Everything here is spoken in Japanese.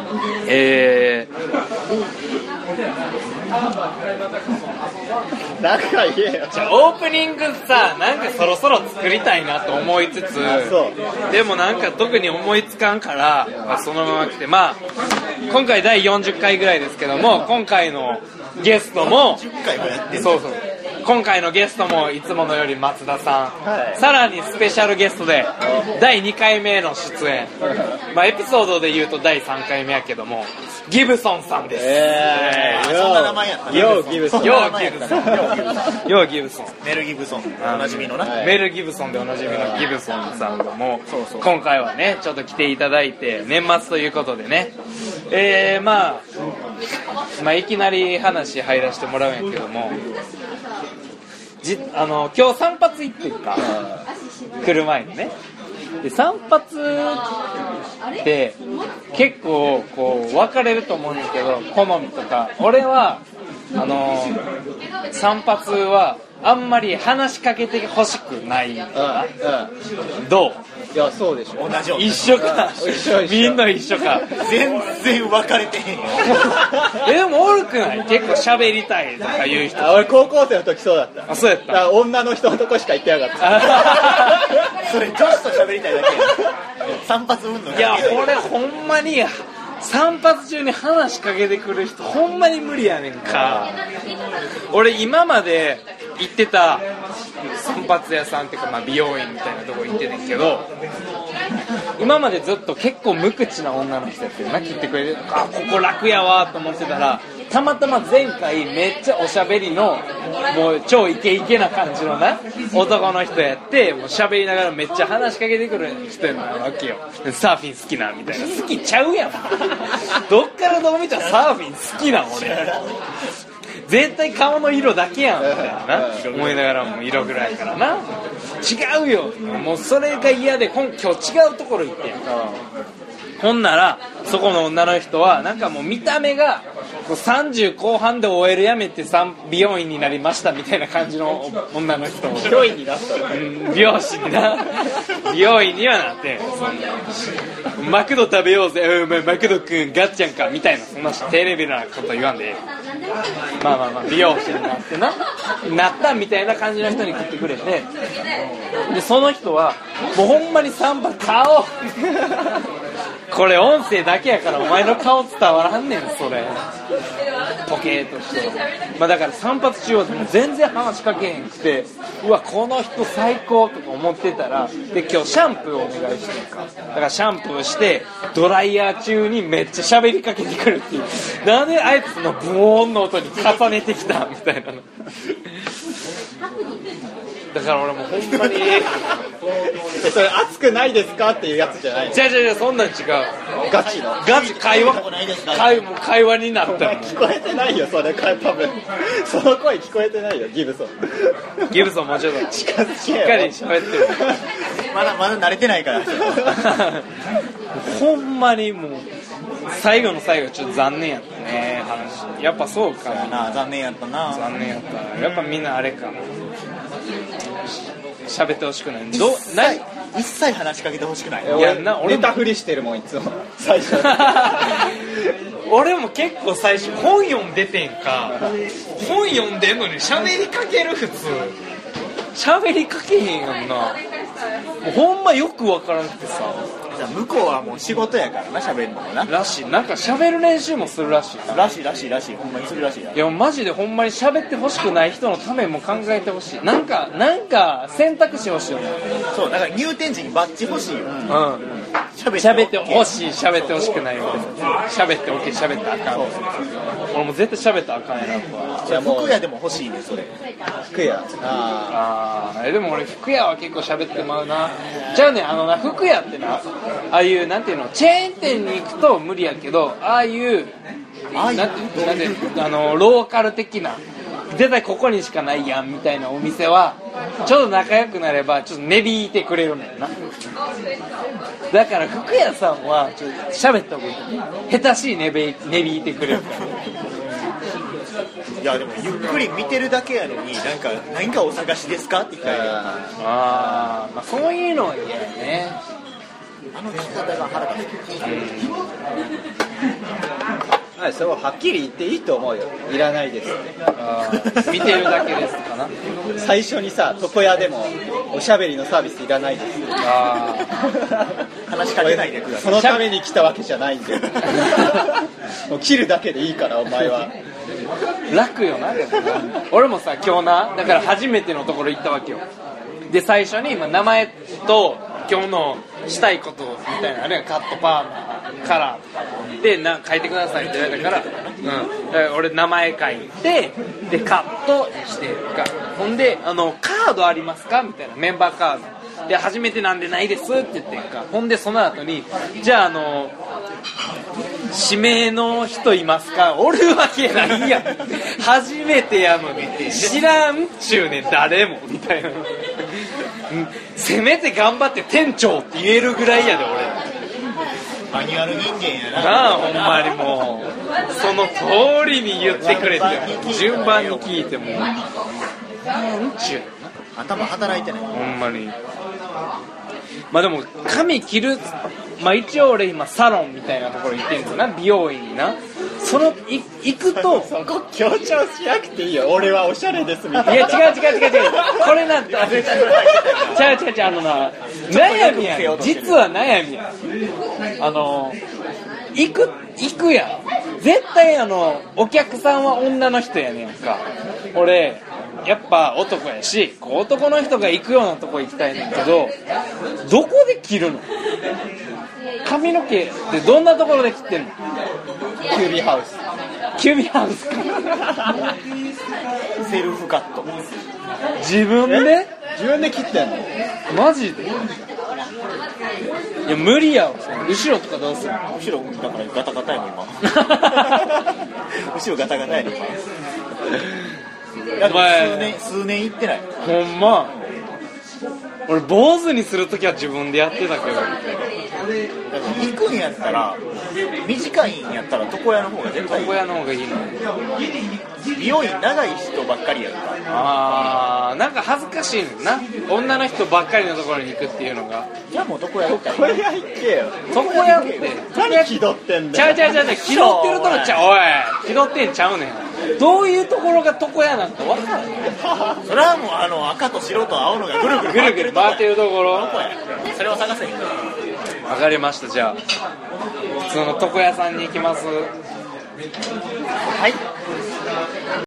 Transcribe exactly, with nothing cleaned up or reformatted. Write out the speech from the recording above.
えー、なんか言えよ。 じゃあオープニングさ、なんかそろそろ作りたいなと思いつつ、 そうでもなんか特に思いつかんから、まあ、そのまま来て、まあ今回だいよんじゅっかいぐらいですけども、今回のゲストもじゅっかいもやってる。 そうそう、今回のゲストもいつものより松田さん、はい、さらにスペシャルゲストでだいにかいめの出演、まあ、エピソードで言うとだいさんかいめやけども、ギブソンさんです。 えー、そんな名前やったね。ヨーギブソン。 ヨーギブソン。ヨーギブソン。 メル・ギブソンおなじみのな、 はい、メル・ギブソンでおなじみのギブソンさんがもう今回はねちょっと来ていただいて、年末ということでね、えー、まあまあいきなり話入らせてもらうんやけども、じあの今日散髪行ってるか来る前にね、で散髪って結構こう分かれると思うんですけど、好みとか。俺はあの散髪はあんまり話しかけてほしくないから、うんうん、どう？ いやそうでしょ。同じような。 一緒か。一緒一緒。みんな一緒か。 全然分かれてへんよ。 えでもおるくない？結構喋りたいとか言う人。 あ、俺高校生の時そうだった。 あ、そうやった。 だから女の人のとこしか行ってなかった。それ女子と喋りたいだけや。散髪運動。 いや俺ほんまに散髪中に話しかけてくる人ほんまに無理やねんか。俺今まで行ってた散髪屋さんっていうか、まあ美容院みたいなとこ行ってんけど、今までずっと結構無口な女の人やってるな、切ってくれて、あ、ここ楽やわと思ってたら、たまたま前回めっちゃおしゃべりのもう超イケイケな感じのな男の人やって、もう喋りながらめっちゃ話しかけてくる人なわけよ。サーフィン好きなみたいな。好きちゃうやん。どっからどう見たらサーフィン好きな俺。絶対顔の色だけやんみたいなな思いながら、もう色ぐらいからな、違うよ、もうそれが嫌で今日違うところ行ってん。ほんならそこの女の人はなんかもう見た目がさんじゅうこう半で オーエル 辞めて美容院になりましたみたいな感じの女の人。 美容院になったの、 うん、美容師にな、美容院にはなってん。マクド食べようぜ、うん、マクドくんガッチャンかみたいな、そんな低レベルなこと言わんで、まあまあまあ美容師になってななったみたいな感じの人に来てくれて、でその人はもうほんまに散髪顔これ音声だけやからお前の顔伝わらんねん、それポケーとして。まあだから散髪中は全然話しかけへんくて、うわこの人最高とか思ってたら、で今日シャンプーをお願いしてるか、だからシャンプーしてドライヤー中にめっちゃ喋りかけてくるっていう、なんであいつのブオーンの音に重ねてきたみたいなの。だから俺もほんまにそれ熱くないですかっていうやつじゃない。 違う違う違う、そんなん違う。 ガチのガチ会話会もう会話になったよ。 聞こえてないよそれ、多分その声聞こえてないよ。ギブソンギブソンもうちょっと近づけよ。 しっかり喋ってる。 まだまだ慣れてないからほんまにもう最後の最後ちょっと残念やったね、話。やっぱそうかな、残念やったな。 残念やった。やっぱみんなあれか、喋ってほしくない。どな一切話しかけてほしくない。 いやな、俺ネタ振りしてるもんいつも最初俺も結構最初本読んでてんか、本読んでんのに喋りかける。普通喋りかけへんやんな。もうほんまよくわからなくてさ。 向こうはもう仕事やからな、喋るのもな。 らしい。なんか喋る練習もするらしいな。 らしいらしいらしい。ほんまにするらしいな。 いやマジでほんまに喋ってほしくない人のためも考えてほしい。なんかなんか選択肢欲しいよね。 そうだから入店時にバッジ欲しいよ。うん。 喋ってほしい、喋ってほしくないよ。喋って OK、喋ったらあかん。俺も絶対喋ったらあかんやなと。 じゃあ服屋でも欲しいねそれ。服屋。 ああ。でも俺服屋は結構喋ってまうな。じゃあね、あのな、服屋ってな、ああいうなんていうの、チェーン店に行くと無理やけど、ああいうなんてなんてあのローカル的な、絶対ここにしかないやんみたいなお店はちょっと仲良くなればちょっと値引いてくれるんだよな。だから服屋さんはちょっと喋った方がいい。下手しい値引い、値引いてくれるから。 いやでもゆっくり見てるだけやのに、なんか何かお探しですかって言ったら、 ああ、まあそういうのは嫌やね。 あの聞き方が腹が立つ。 前それをはっきり言っていいと思うよ。いらないですって。 あ見てるだけですかな。 最初にさ、床屋でもおしゃべりのサービスいらないですって。 あ話しかけないでください。 そのために来たわけじゃないんでもう切るだけでいいからお前は。 楽よな。でもな俺もさ今日なだから初めてのところ行ったわけよ。で最初に、まあ、名前と今日のしたいことみたいなあれがカットパーマカラーでな書いてくださいって言われたから、うん、だから俺名前書いてでカットしてかほんであのカードありますかみたいなメンバーカードで初めてなんでないですって言ってんか。ほんでその後にじゃああの指名の人いますか。おるわけないやん初めてやのに知らんっちゅうねん誰もみたいなせめて頑張って店長って言えるぐらいやで俺マニュアル人間やな。 なあほんまにもうその通りに言ってくれて順番に聞いてもなんちゅう頭働いてない。 ほんまに。まあでも髪切るまあ一応俺今サロンみたいなところ行ってんのな美容院にな。そのい行くとそこ強調しなくていいよ。俺はおしゃれですみたいな。 いや違う違う違う違うこれなんて違う違う違うあのな悩みやん実は悩みやんあの行く行くやん絶対あのお客さんは女の人やねんか。俺やっぱ男やしこう男の人が行くようなとこ行きたいねんけどどこで切るの。髪の毛ってどんなところで切ってんの。 キュービーハウス。 キュービーハウスかセルフカット。 自分で自分で切ってんの。 マジで。いや無理やわ。後ろとかどうするの。 後ろだからガタガタやもん今後ろガタガタやねん今。 お前数年数年行ってない。 ほんま俺坊主にするときは自分でやってたけど行くんやったら短いんやったら床屋の方が絶対いい。 床屋の方がいいの。 美容院長い人ばっかりやるから。 あーなんか恥ずかしいねんな女の人ばっかりのところに行くっていうのが。 じゃあもう床屋行ったらいい。 これがいけよ。 床屋って何気取ってんちだよ。 ゃうちゃうちゃうちゃう気取ってるとこちゃう。おい気取ってんちゃうねん。どういうところが床屋なんて分かる。 それはもうあの赤と白と青のがぐるぐるぐるぐる回ってるところ。 どこや。それを探せへん。 わかりました。じゃあ普通の床屋さんに行きます。 はい。